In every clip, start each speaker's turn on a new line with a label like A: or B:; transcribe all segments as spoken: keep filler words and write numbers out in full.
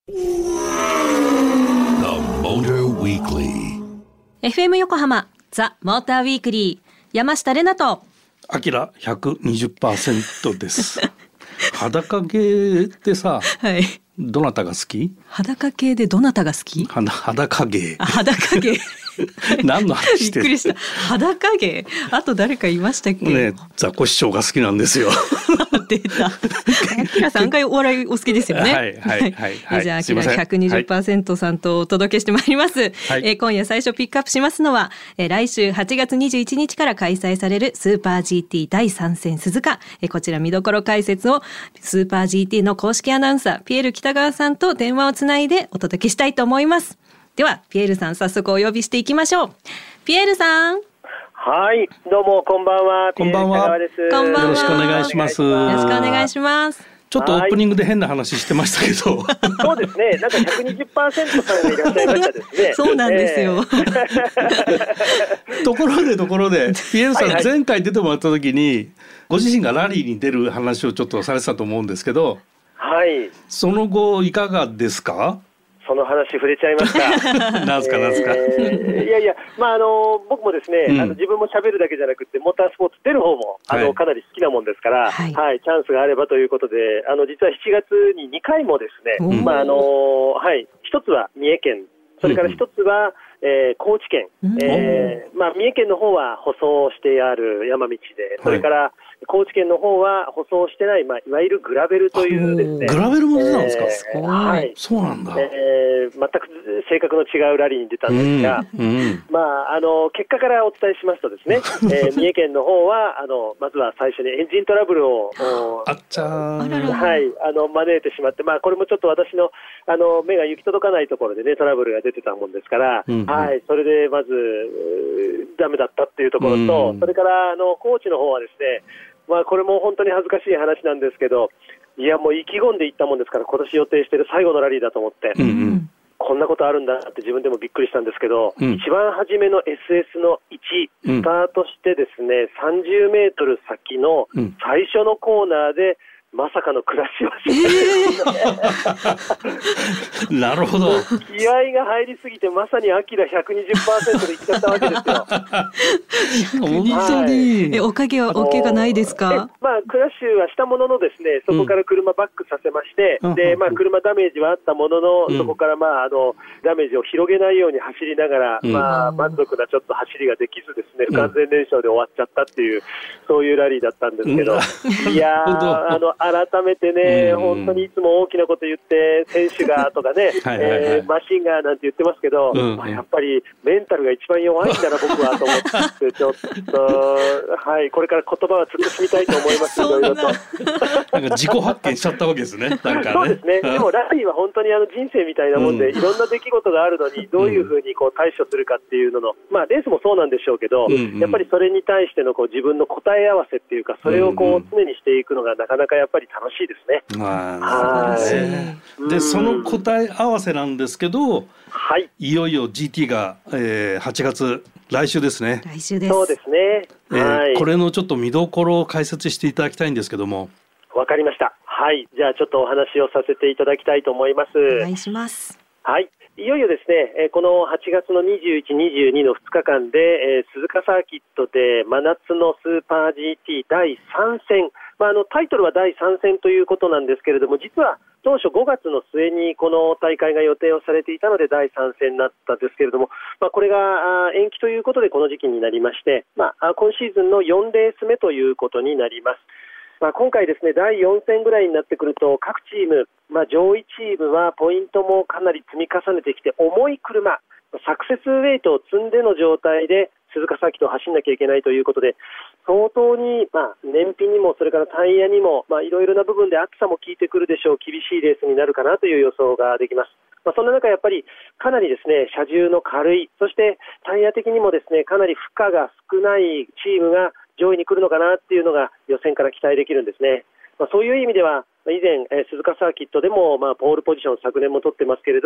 A: エフエム 横浜ザ・モーターウィークリー、山下れなと
B: アキラ ひゃくにじゅっパーセント です裸芸ってさ、はい、どなたが好き？
A: 裸系でどなたが好き？
B: 裸芸。
A: 裸芸
B: 何の話してる？
A: びっくりした。裸芸。あと誰かいましたっけ？
B: ね、ザコシショウが好きなんですよ
A: 出た。アキラさん案外お笑いお好きですよね。
B: はいはいはい、はい、
A: じゃあアキラ ひゃくにじゅっパーセント さんとお届けしてまいります、はい。えー、今夜最初ピックアップしますのは、えー、来週はちがつにじゅういちにちから開催されるスーパー ジーティー だいさん戦鈴鹿、えー、こちら見どころ解説をスーパー ジーティー の公式アナウンサーピエール北川さんと電話をつないでお届けしたいと思います。ではピエールさん、早速お呼びしていきましょう。ピエールさん。
C: はい、どうもこんばんは。
B: こんばんは。
C: です。
A: こんばんは。
B: よろしくお願いします。
A: よろしくお願いします。
B: ちょっとオープニングで変な話してましたけど
C: そうですね、なんか ひゃくにじゅっパーセント さんがいらっしゃいましたですね
A: そうなんですよ、え
B: ー、ところでところでピエールさん、はいはい、前回出てもらった時にご自身がラリーに出る話をちょっとされてたと思うんですけど、
C: はい、
B: その後いかがですか？
C: その話触れちゃいました
B: なんすかなんすか、
C: えー、いやいや、まあ、あの僕もですね、うん、あの自分も喋るだけじゃなくてモータースポーツ出る方もあの、はい、かなり好きなもんですから、はいはい、チャンスがあればということで、あの実はしちがつににかいもですね、うん、まああのはい、一つは三重県、それから一つは、うん、えー、高知県、うん、えーまあ、三重県の方は舗装してある山道で、それから、はい、高知県の方は舗装してない、まあ、いわゆるグラベルというですね、
B: グラベルも出たんですか？
C: えー、はい、そうなんだ、えー、全く性格の違うラリーに出たんですが、うんうん、まあ、あの結果からお伝えしますとですね、えー、三重県の方はあのまずは最初にエンジントラブルを
B: あっちゃ
C: ー、はい、あの招いてしまって、まあ、これもちょっと私の、あの目が行き届かないところでねトラブルが出てたもんですから、うんうん、はい、それでまずダメだったっていうところと、うん、それからあの高知の方はですね、まあ、これも本当に恥ずかしい話なんですけど、いやもう意気込んでいったもんですから、今年予定している最後のラリーだと思って、うんうん、こんなことあるんだって自分でもびっくりしたんですけど、うん、一番初めの エスエス のいち、うん、スタートしてですねさんじゅうメートル先の最初のコーナーでまさかのクラッシュをしました、
B: えー、なるほど。
C: 気合が入りすぎてまさにアキラ ひゃくにじゅっパーセント でいっちゃったわけですよ
A: 本当に、はい、えおかげはお怪我ないですか？
C: まあ、クラッシュはしたもののですね、そこから車バックさせまして、うん、でまあ、車ダメージはあったものの、うん、そこから、まあ、あのダメージを広げないように走りながら、うんまあ、満足なちょっと走りができずですね、不完全燃焼で終わっちゃったっていう、そういうラリーだったんですけど、うん、いやーあの改めてね、うん、本当にいつも大きなこと言って選手がとかねはいはい、えー、マシンがなんて言ってますけど、うんまあ、やっぱりメンタルが一番弱いんだな僕はと思ってちょっと、はい、これから言葉は慎みたいと思いますいろいろとなん
B: か自己発見しちゃったわけですねなんかね
C: そうですね。でもラリーは本当にあの人生みたいなもんで、うん、いろんな出来事があるのにどういうふうにこう対処するかっていうのの、まあ、レースもそうなんでしょうけど、うんうん、やっぱりそれに対してのこう自分の答え合わせっていうか、それをこう常にしていくのがなかなかやっぱり楽しいですね。
B: あはいでその答え合わせなんですけど、はい、いよいよ ジーティー が、えー、はちがつ来週ですね。
A: 来週です。
C: そうですね、
B: えーはい、これのちょっと見どころを解説していただきたいんですけども。
C: わかりました。はい、じゃあちょっとお話をさせていただきたいと思います。
A: お願いします。
C: はい、いよいよですね、このはちがつのにじゅういち、にじゅうにのふつかかんで、えー、鈴鹿サーキットで真夏のスーパー ジーティー だいさん戦、まあ、あのタイトルはだいさん戦ということなんですけれども、実は当初ごがつの末にこの大会が予定をされていたのでだいさん戦になったんですけれども、まあ、これが延期ということでこの時期になりまして、まあ、今シーズンのよんレース目ということになります。まあ、今回ですね、だいよん戦ぐらいになってくると各チーム、まあ、上位チームはポイントもかなり積み重ねてきて、重い車、サクセスウェイトを積んでの状態で鈴鹿サーキットを走んなきゃいけないということで、相当に、まあ、燃費にもそれからタイヤにも、まあ、いろいろな部分で暑さも効いてくるでしょう。厳しいレースになるかなという予想ができます。まあ、そんな中やっぱりかなりですね、車重の軽い、そしてタイヤ的にもですね、かなり負荷が少ないチームが上位に来るのかなっていうのが予選から期待できるんですね。まあ、そういう意味では以前、えー、鈴鹿サーキットでも、まあ、ポールポジション昨年も取ってますけれども、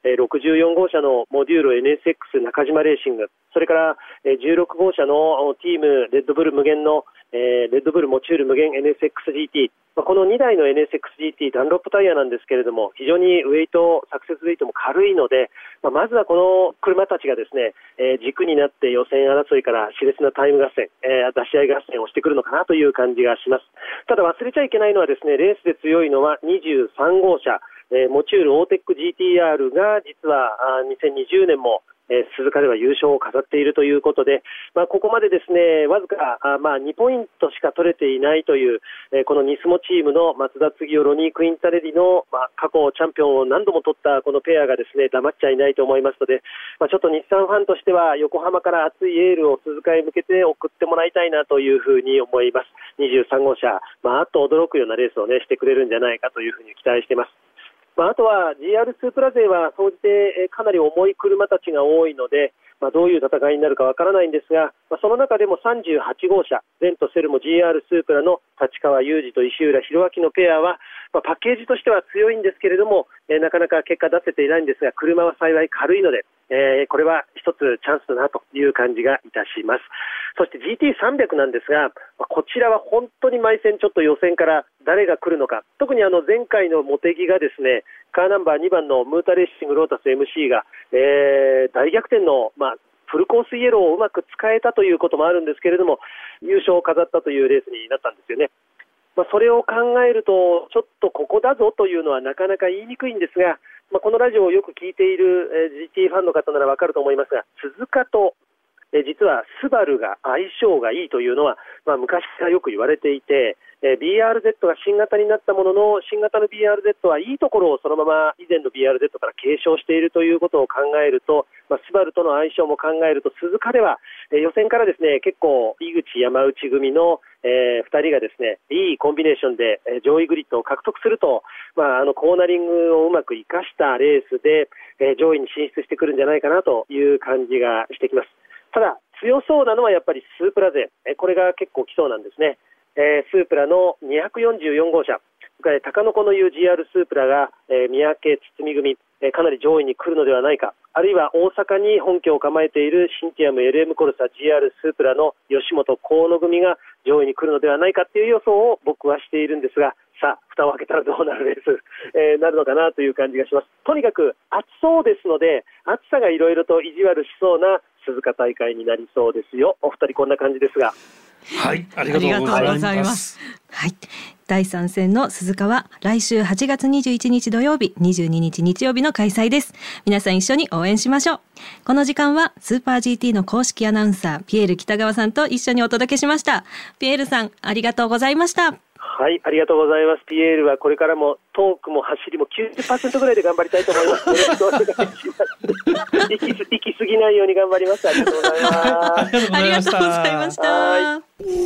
C: ろくじゅうよんごうしゃのモデュール エヌエスエックス 中島レーシング、それからじゅうろくごうしゃのチームレッドブル無限のレッドブルモチュール無限 エヌエスエックスジーティー、このにだいの エヌエスエックスジーティー ダンロップタイヤなんですけれども、非常にウェイト、サクセスウェイトも軽いので、まずはこの車たちがですね、軸になって予選争いから熾烈なタイム合戦、出し合い合戦をしてくるのかなという感じがします。ただ忘れちゃいけないのはですね、レースで強いのはにじゅうさんごうしゃ、モチュールオーテック ジーティーアール が実はにせんにじゅうねんもえー、鈴鹿では優勝を飾っているということで、まあ、ここまでですね、わずかあ、まあ、にポイントしか取れていないという、えー、このニスモチームの松田次夫、ロニー・クインタレディの、まあ、過去チャンピオンを何度も取ったこのペアがですね、黙っちゃいないと思いますので、まあ、ちょっと日産ファンとしては横浜から熱いエールを鈴鹿へ向けて送ってもらいたいなというふうに思います。にじゅうさんごうしゃ、まあ、あと驚くようなレースを、ね、してくれるんじゃないかというふうに期待しています。まあ、あとは ジーアール スープラ勢は総じてかなり重い車たちが多いので、まあ、どういう戦いになるかわからないんですが、まあ、その中でもさんじゅうはちごうしゃ、ゼントセルモ ジーアール スープラの立川雄二と石浦博明のペアは、まあ、パッケージとしては強いんですけれども、えー、なかなか結果出せていないんですが、車は幸い軽いので、えー、これは一つチャンスだなという感じがいたします。そして ジーティーさんびゃく なんですが、こちらは本当に毎戦ちょっと予選から誰が来るのか、特にあの前回の茂木がですね、カーナンバーにばんのムータレーシングロータス エムシー が、えー、大逆転の、まあ、フルコースイエローをうまく使えたということもあるんですけれども、優勝を飾ったというレースになったんですよね。まあ、それを考えるとちょっとここだぞというのはなかなか言いにくいんですが、まあ、このラジオをよく聞いている、えー、ジーティー ファンの方ならわかると思いますが、鈴鹿と、えー、実はスバルが相性がいいというのは、まあ、昔からよく言われていて、えー、ビーアールゼット が新型になったものの、新型の ビーアールゼット はいいところをそのまま以前の ビーアールゼット から継承しているということを考えると、まあ、スバルとの相性も考えると、鈴鹿では、えー、予選からですね、結構井口山内組の、えー、ふたりがですね、いいコンビネーションで、えー、上位グリッドを獲得すると、まあ、あのコーナリングをうまく生かしたレースで、えー、上位に進出してくるんじゃないかなという感じがしてきます。ただ強そうなのはやっぱりスープラ勢、えー、これが結構来そうなんですね。えー、スープラのにひゃくよんじゅうよんごうしゃ、高野子のいう ジーアール スープラが、えー、三宅堤組、えー、かなり上位に来るのではないか、あるいは大阪に本拠を構えているシンティアム エルエム コルサ ジーアール スープラの吉本河野組が上位に来るのではないかという予想を僕はしているんですが、さあ蓋を開けたらどうなるレース、えー、なるのかなという感じがします。とにかく暑そうですので、暑さがいろいろと意地悪しそうな鈴鹿大会になりそうですよ。お二人こんな感じですが。
B: はい、ありがとうございます。
A: はい、だいさん戦の鈴鹿は来週はちがつにじゅういちにち土曜日、にじゅうににち日曜日の開催です。皆さん一緒に応援しましょう。この時間はスーパー ジーティー の公式アナウンサーピエール北川さんと一緒にお届けしました。ピエールさん、ありがとうございました。
C: はい、ありがとうございます。ピエールはこれからもトークも走りも きゅうじゅっパーセント ぐらいで頑張りたいと思います。よろしくお願いします。行き、行き過ぎないように頑張ります。ありがとうございます。
A: ありがとうございました。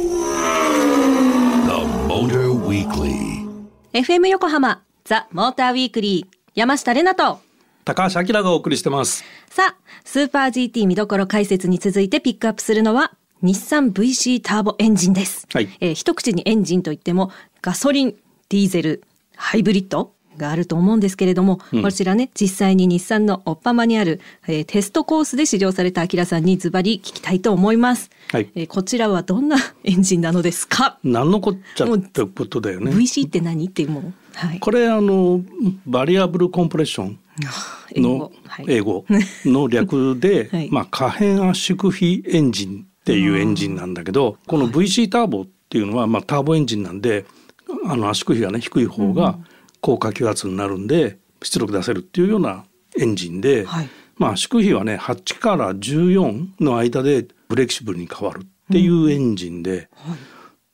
A: エフエム 横浜ザ・モーターウィークリー、山下れなと
B: 高橋明がお送りしてます。
A: さあ、スーパー ジーティー 見どころ解説に続いてピックアップするのは日産 ブイシー ターボエンジンです、はい。えー、一口にエンジンといってもガソリン、ディーゼル、ハイブリッドがあると思うんですけれども、うん、こちらね、実際に日産のオッパマにある、えー、テストコースで試乗された明さんにズバリ聞きたいと思います、はい。えー、こちらはどんなエンジンなのですか？
B: 何のこっちゃってことだよね。
A: ブイシー って何っていうもの、はい、
B: これあのバリアブルコンプレッションの英語の略で、はい、まあ、可変圧縮比エンジンっていうエンジンなんだけど、この ブイシー ターボっていうのは、まあ、ターボエンジンなんで、あの圧縮比がね低い方が高下気圧になるんで出力出せるっていうようなエンジンで、はい、まあ、圧縮比はねはちからじゅうよんの間でフレキシブルに変わるっていうエンジンで、うん、はい、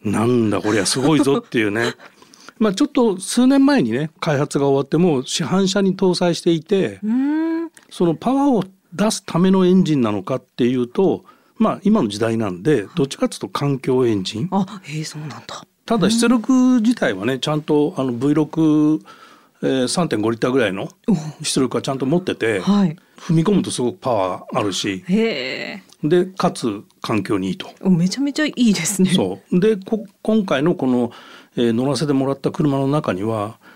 B: なんだこりゃすごいぞっていうねまあちょっと数年前にね開発が終わってもう市販車に搭載していて、うーん、そのパワーを出すためのエンジンなのかっていうと、まあ今の時代なんでどっちかというと環境エンジン。
A: あ、へえ、そうなんだ。
B: ただ出力自体はねちゃんとあの ブイろく、えー、さんてんご リッターぐらいの出力はちゃんと持ってて、はい、踏み込むとすごくパワーあるし、へー、でかつ環境にいいと。
A: めちゃめちゃいいですね。
B: そうでこ今回のこの、えー、乗らせてもらった車の中には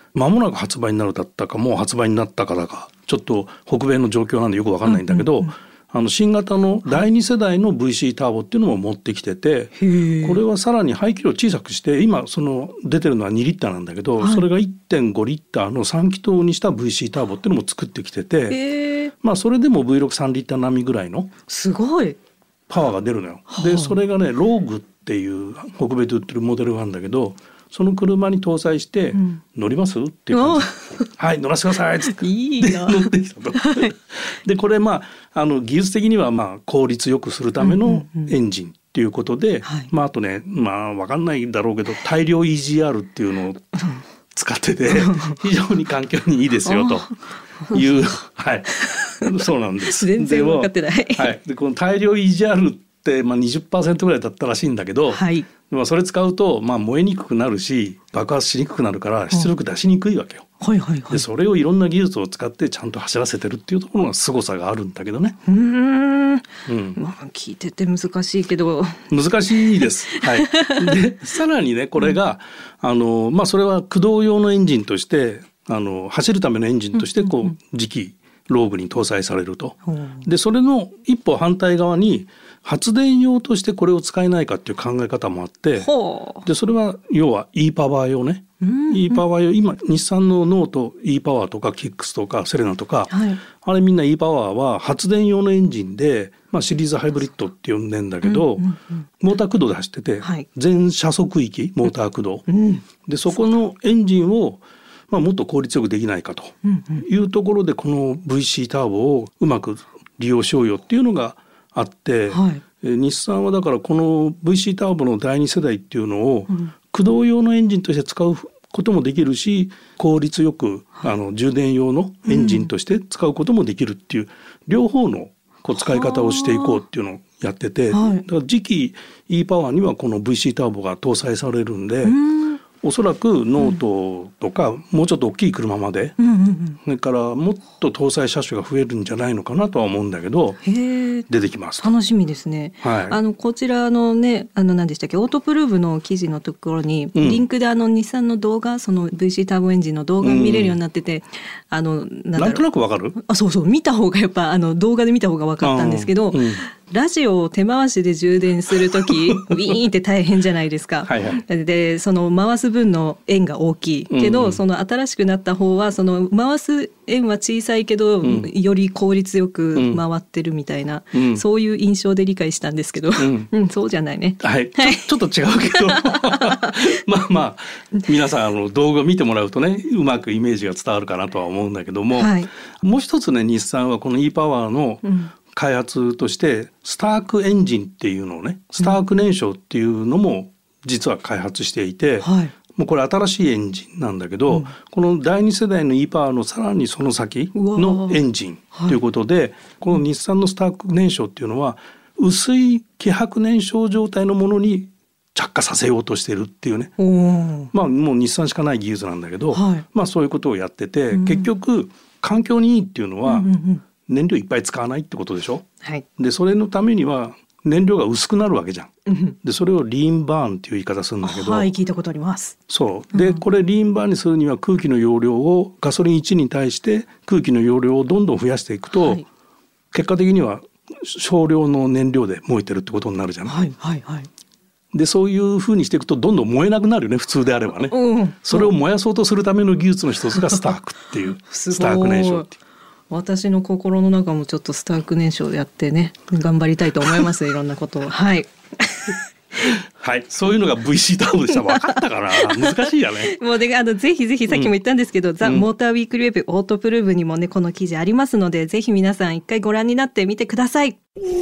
B: 間もなく発売になるだったかもう発売になったかだかちょっと北米の状況なんでよく分かんないんだけど、うんうんうん、あの新型のだいに世代の ブイシー ターボっていうのも持ってきてて、これはさらに排気量小さくして今その出てるのはにリッターなんだけど、はい、それが いってんごリッターのさん気筒にした ブイシー ターボっていうのも作ってきてて、まあそれでも ブイろくさんリッター並みぐらいの
A: すごい
B: パワーが出るのよ。でそれがねローグっていう北米で売ってるモデルがあるんだけど、その車に搭載して、うん、乗りますっていう感じはい乗らせてくださいっつっていいな乗ってきたとでこれまああの技術的にはまあ効率よくするためのエンジンっていうことで、うんうんうん、まああとねまあ分かんないだろうけど大量 イージーアール っていうのを使ってて非常に環境にいいですよというはいそうなんです。
A: 全然分かってない。
B: はい、でこの大量 イージーアール ってまあ にじゅっパーセント ぐらいだったらしいんだけど、はい、まあそれ使うとまあ燃えにくくなるし爆発しにくくなるから出力出しにくいわけよ。はいはいはい、でそれをいろんな技術を使ってちゃんと走らせてるっていうところが凄さがあるんだけどね。
A: うーん、うんまあ、聞いてて難しいけど
B: 難しいです。はい、でさらにねこれが、うん、あのまあそれは駆動用のエンジンとしてあの走るためのエンジンとしてこう、うんうんうん、次期ローグに搭載されると。でそれの一歩反対側に発電用としてこれを使えないかっていう考え方もあって、でそれは要は e パワー用ね、うんうん、e パワー用今日産のノート e パワーとかキックスとかセレナとか、はい、あれみんな e パワーは発電用のエンジンで、まあ、シリーズハイブリッドって呼んでんだけど、うんうんうん、モーター駆動で走ってて、はい、全車速域モーター駆動、うん、でそこのエンジンをまあ、もっと効率よくできないかというところでこの ブイシー ターボをうまく利用しようよっていうのがあって、はい、え日産はだからこの ブイシー ターボのだいに世代っていうのを駆動用のエンジンとして使うこともできるし効率よくあの充電用のエンジンとして使うこともできるっていう両方のこう使い方をしていこうっていうのをやってて、はい、だから次期 e パワーにはこの ブイシー ターボが搭載されるんで、うんおそらくノートとか、うん、もうちょっと大きい車まで、うんうんうん、それからもっと搭載車種が増えるんじゃないのかなとは思うんだけど出てきます。
A: 楽しみですね、はい、あのこちらのねあの何でしたっけオートプルーブの記事のところに、うん、リンクであの日産の動画その ブイシー ターボエンジンの動画見れるようになってて、うん、あのなん
B: なんとなくわかる
A: あそうそう見た方がやっぱあの動画で見た方が分かったんですけど、うん、ラジオを手回しで充電するときウィーンって大変じゃないですかはい、はい、でその回す分の円が大きいけど、うん、その新しくなった方はその回す円は小さいけど、うん、より効率よく回ってるみたいな、うん、そういう印象で理解したんですけど、うんうん、そうじゃないね、
B: はい、はい、ちょ、ちょっと違うけどまあまあ皆さんあの動画見てもらうとねうまくイメージが伝わるかなとは思うんだけども、はい、もう一つね日産はこの e パワーの、うん開発としてスタークエンジンっていうのをねスターク燃焼っていうのも実は開発していて、うんはい、もうこれ新しいエンジンなんだけど、うん、このだいに世代の e パワーのさらにその先のエンジンということで、はい、この日産のスターク燃焼っていうのは薄い希薄燃焼状態のものに着火させようとしてるっていうね、まあもう日産しかない技術なんだけど、はい、まあそういうことをやってて、うん、結局環境にいいっていうのは、うんうんうん燃料いっぱい使わないってことでしょ、はい、でそれのためには燃料が薄くなるわけじゃん、うん、でそれをリーンバーンっていう言い方するんだけど
A: はい聞いたことあります
B: そうで、うん、これリーンバーンにするには空気の容量をガソリンいちに対して空気の容量をどんどん増やしていくと、はい、結果的には少量の燃料で燃えてるってことになるじゃない、はいはいはい、でそういう風にしていくとどんどん燃えなくなるよね普通であればね、うん、それを燃やそうとするための技術の一つがスタークっていうスターク燃焼っていう
A: 私の心の中もちょっとスターク燃焼でやってね頑張りたいと思いますいろんなことをはい
B: はい、そういうのが ブイシー ターボでした分かったかな難しいよね
A: もうであのぜひぜひさっきも言ったんですけど、うん、ザ・モーターウィークリーウェブオートプルーブにもねこの記事ありますのでぜひ皆さん一回ご覧になってみてください。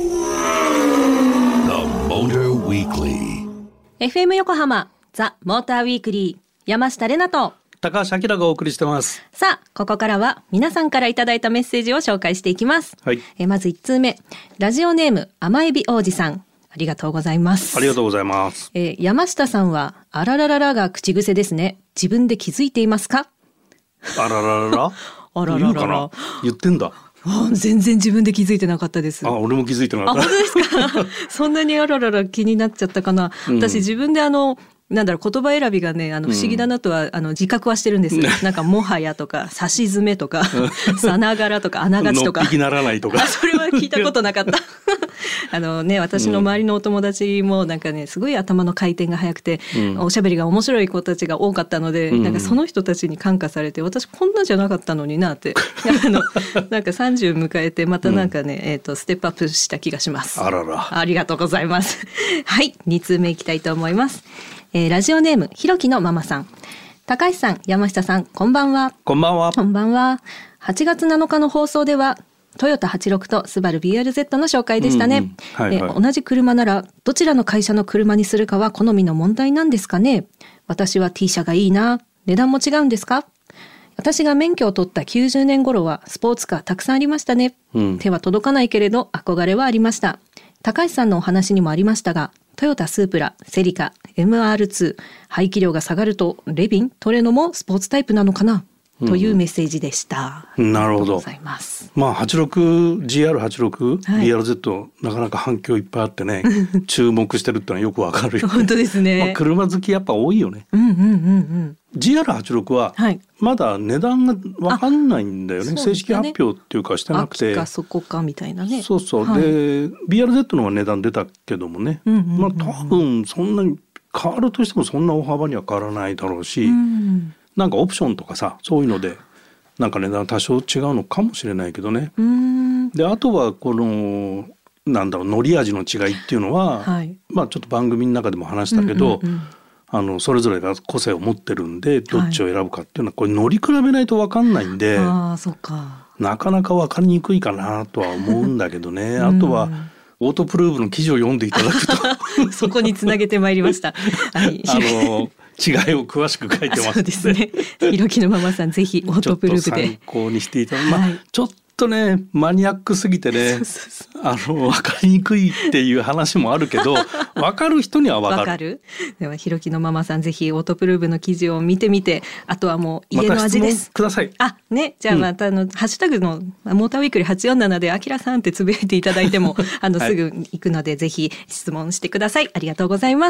A: エフエム 横浜ザ・モーターウィークリー山下れなと
B: 高橋明がお送りしてます。
A: さあここからは皆さんからいただいたメッセージを紹介していきます、はい、えまずいち通目ラジオネーム甘エビ王子さんありがとうございます。
B: ありがとうございます、
A: えー、山下さんはあららららが口癖ですね。自分で気づいていますか？
B: あらららら
A: あらららら
B: 言うかな言ってんだ。
A: あ全然自分で気づいてなかったです。
B: あ俺も気づいてなかった。
A: あ本当ですかそんなにあららら気になっちゃったかな、うん、私自分であのなんだろう、言葉選びがね、あの不思議だなとは、うん、あの自覚はしてるんですよ。なんかもはやとか、さし詰めとか、さながらとか、あながちとか。
B: のっぴきならないとか。
A: あ、それは聞いたことなかった。あのね、私の周りのお友達もなんかね、すごい頭の回転が速くて、うん、おしゃべりが面白い子たちが多かったので、うん、なんかその人たちに感化されて、私こんなじゃなかったのになって、あのなんかさんじゅう迎えてまたなんかね、うん、えっとステップアップした気がします。
B: あらら。
A: ありがとうございます。はい、に通目いきたいと思います。えー、ラジオネームひろきのママさん。高橋さん、山下さん、こんばんは。
B: こんばんは。
A: こんばんは。はちがつなのかの放送ではトヨタはちじゅうろくとスバル ビーアールゼット の紹介でしたね。同じ車ならどちらの会社の車にするかは好みの問題なんですかね。私は T 車がいいな。値段も違うんですか。私が免許を取ったきゅうじゅうねん頃はスポーツカーたくさんありましたね、うん、手は届かないけれど憧れはありました。高橋さんのお話にもありましたが、トヨタスープラ、セリカ、エムアールツー、排気量が下がるとレビン、トレノもスポーツタイプなのかな、うん、というメッセージでした。
B: なるほど。
A: ありがとうございます。
B: まあ はちじゅうろく、ジーアールはちじゅうろく、はい、ビーアールゼット なかなか反響いっぱいあってね注目してるってのはよくわかるよね。
A: 本当ですね。
B: まあ、車好きやっぱ多いよね。
A: うんうんうんうん。
B: ジーアールはちじゅうろく はまだ値段がわかんないんだよね、はい、正式発表っていうかしてなくて、
A: 秋かそこかみたいなね。
B: そうそう、はい、で ビーアールゼット のは値段出たけどもね、うんうんうんうん、まあ多分そんなに変わるとしてもそんな大幅には変わらないだろうし、うん、なんかオプションとかさ、そういうのでなんか値段多少違うのかもしれないけどね。うん、であとはこのなんだろう、乗り味の違いっていうのは、はい、まあちょっと番組の中でも話したけど、うんうんうん、あのそれぞれが個性を持ってるんでどっちを選ぶかっていうのは、これ乗り比べないと分かんないんで、
A: あー、そうか、
B: なかなか分かりにくいかなとは思うんだけどね。あとはオートプルーブの記事を読んでいただくと
A: そこにつなげてまいりました。はい、
B: あの違いを詳しく書いてます。
A: そうですね。ひろきのママさん、ぜひオートプルーブで
B: 参考にしていただ、まあ、はい、ちょっとねマニアックすぎてね、そうそうそう、あの分かりにくいっていう話もあるけど分かる人には分かる。分かる。ではひろきのママさん、ぜひオートプルーブの記事を見てみて、あとはもう家の味です。 また質問ください。
A: あ、ね、じゃあまたあの、うん、ハッシュタグのモーターウィークリーはちよんななであきらさんってつぶやいていただいてもあの、はい、すぐ行くのでぜひ質問してください。ありがとうございます。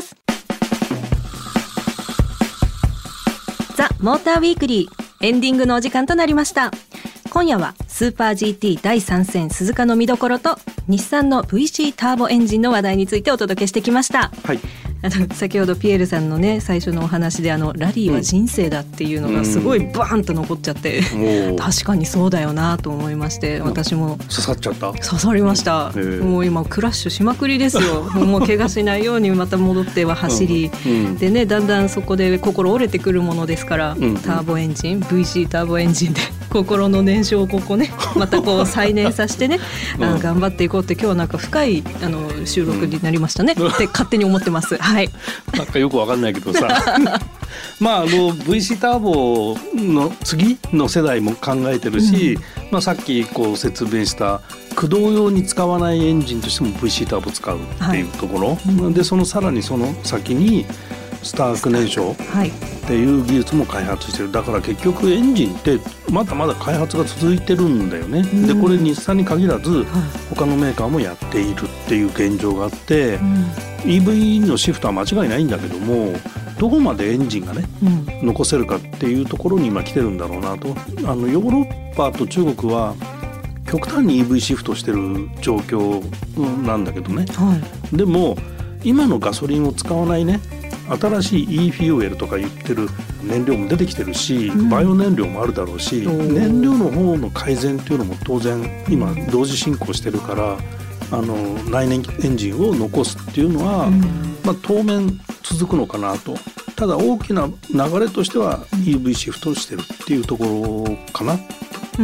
A: ザ・モーターウィークリーエンディングのお時間となりました。今夜はスーパー ジーティー だいさん戦鈴鹿の見どころと日産の ブイシー ターボエンジンの話題についてお届けしてきました。はい、あの先ほどピエールさんのね最初のお話であのラリーは人生だっていうのがすごいバーンと残っちゃって、うん、確かにそうだよなと思いまして、私も
B: 刺さっちゃった。
A: 刺さりました。もう今クラッシュしまくりですよ。もう怪我しないようにまた戻っては走り、うんうん、でね、だんだんそこで心折れてくるものですから、うんうん、ターボエンジン ブイシー ターボエンジンで心の燃焼をここねまたこう再燃させてね、あの頑張っていこうって、今日はなんか深いあの収録になりましたね、うん、って勝手に思ってます。はい、
B: なんかよくわかんないけどさまああの ブイシー ターボの次の世代も考えてるし、うん、まあ、さっきこう説明した駆動用に使わないエンジンとしても ブイシー ターボ使うっていうところ、はい、でそのさらにその先にスターク燃焼っていう技術も開発してる。だから結局エンジンってまだまだ開発が続いてるんだよね、うん、でこれ日産に限らず他のメーカーもやっているっていう現状があって、うん、イーブイ のシフトは間違いないんだけども、どこまでエンジンがね、うん、残せるかっていうところに今来てるんだろうなと。あのヨーロッパと中国は極端に イーブイ シフトしてる状況なんだけどね、はい、でも今のガソリンを使わないね新しい e フューエルとか言ってる燃料も出てきてるし、うん、バイオ燃料もあるだろうし、燃料の方の改善っていうのも当然今同時進行してるから、あの内燃エンジンを残すっていうのは、うん、まあ、当面続くのかなと。ただ大きな流れとしては イーブイ シフトしてるっていうところかな。うん、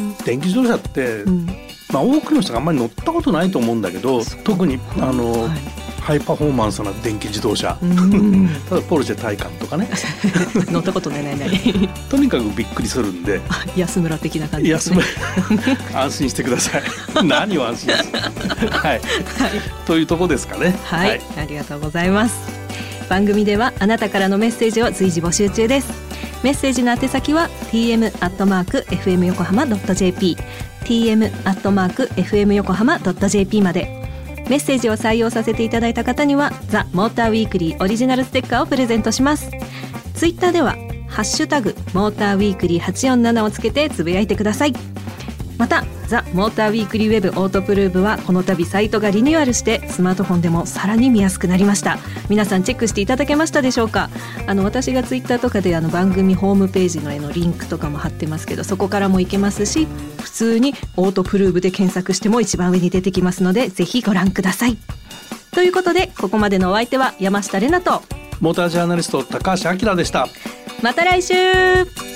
B: 電気自動車って、うん、まあ、多くの人があんまり乗ったことないと思うんだけど、特にあの、はい、ハイパフォーマンスな電気自動車、うん、ただポルシェタイカンとかね
A: 乗ったことないないない
B: とにかくびっくりするんで、
A: 安村的な感じですね。
B: 安村安心してください何を安心してはい、はい、というとこですかね。
A: はい、はい、ありがとうございます。番組ではあなたからのメッセージを随時募集中です。メッセージの宛先は ティーエム アットマーク エフエム 横浜 ドット ジェーピー ティーエム アットマーク エフエム 横浜 ドット ジェーピー まで。 メッセージを採用させていただいた方にはザ・モーターウィークリーオリジナルステッカーをプレゼントします。ツイッターではハッシュタグモーターウィークリーはちよんななをつけてつぶやいてください。またザ・モーターウィークリーウェブオートプルーブはこの度サイトがリニューアルしてスマートフォンでもさらに見やすくなりました。皆さんチェックしていただけましたでしょうか。あの私がツイッターとかであの番組ホームページのへのリンクとかも貼ってますけど、そこからも行けますし、普通にオートプルーブで検索しても一番上に出てきますのでぜひご覧ください。ということでここまでのお相手は山下玲奈と
B: モータージャーナリスト高橋明でした。
A: また来週。